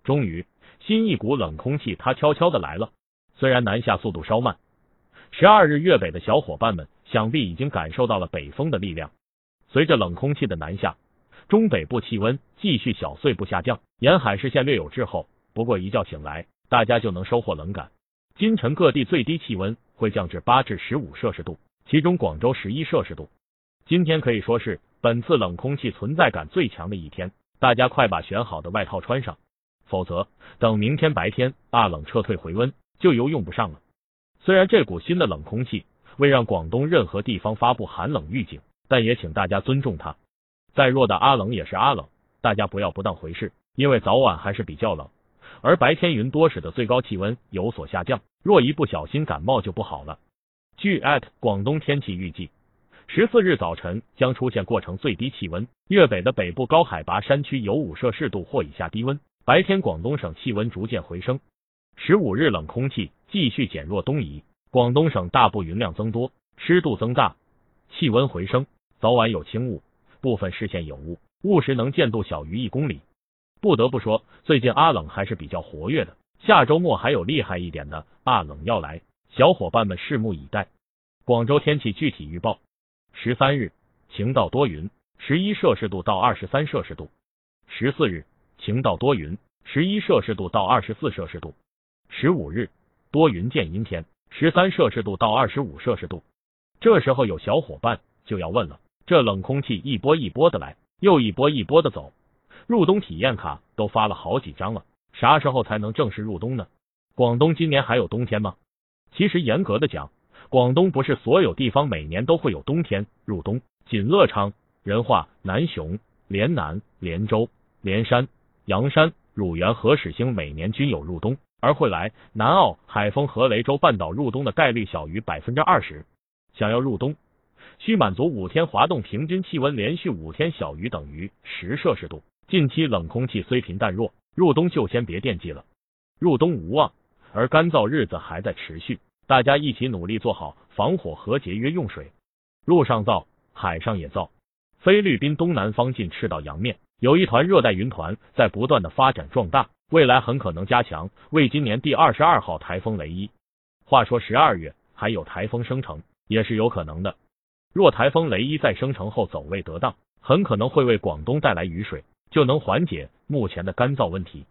终于，新一股冷空气它悄悄的来了，虽然南下速度稍慢。12日粤北的小伙伴们想必已经感受到了北风的力量。随着冷空气的南下，中北部气温继续小碎步下降，沿海视线略有滞后。不过一觉醒来，大家就能收获冷感。今晨各地最低气温会降至8至15摄氏度，其中广州11摄氏度。今天可以说是本次冷空气存在感最强的一天，大家快把选好的外套穿上，否则等明天白天大冷撤退回温，就又用不上了。虽然这股新的冷空气未让广东任何地方发布寒冷预警，但也请大家尊重它。再弱的阿冷也是阿冷，大家不要不当回事，因为早晚还是比较冷，而白天云多使得最高气温有所下降，若一不小心感冒就不好了。据广东天气预计，14日早晨将出现过程最低气温，粤北的北部高海拔山区有5摄氏度或以下低温，白天广东省气温逐渐回升。15日冷空气继续减弱东移，广东省大部云量增多，湿度增大，气温回升，早晚有轻雾，部分视线有雾，雾时能见度小于1公里。不得不说，最近阿冷还是比较活跃的，下周末还有厉害一点的阿冷要来，小伙伴们拭目以待。广州天气具体预报：13日晴到多云，11摄氏度到23摄氏度；14日晴到多云，11摄氏度到24摄氏度；15日多云见阴天，13摄氏度到25摄氏度。这时候有小伙伴就要问了，这冷空气一波一波的来，又一波一波的走，入冬体验卡都发了好几张了，啥时候才能正式入冬呢？广东今年还有冬天吗？其实严格的讲，广东不是所有地方每年都会有冬天入冬，锦乐昌、仁化、南雄、莲南、莲州、莲山、阳山、乳源和始兴每年均有入冬，而会来南澳、海丰和雷州半岛入冬的概率小于 20%。 想要入冬，需满足5天滑动平均气温连续5天小于等于10摄氏度。近期冷空气虽频但弱，入冬就先别惦记了，入冬无望，而干燥日子还在持续，大家一起努力做好防火和节约用水。路上燥，海上也燥。菲律宾东南方近赤道洋面有一团热带云团在不断的发展壮大，未来很可能加强为今年第22号台风雷伊。话说12月还有台风生成也是有可能的，若台风雷伊在生成后走位得当，很可能会为广东带来雨水，就能缓解目前的干燥问题。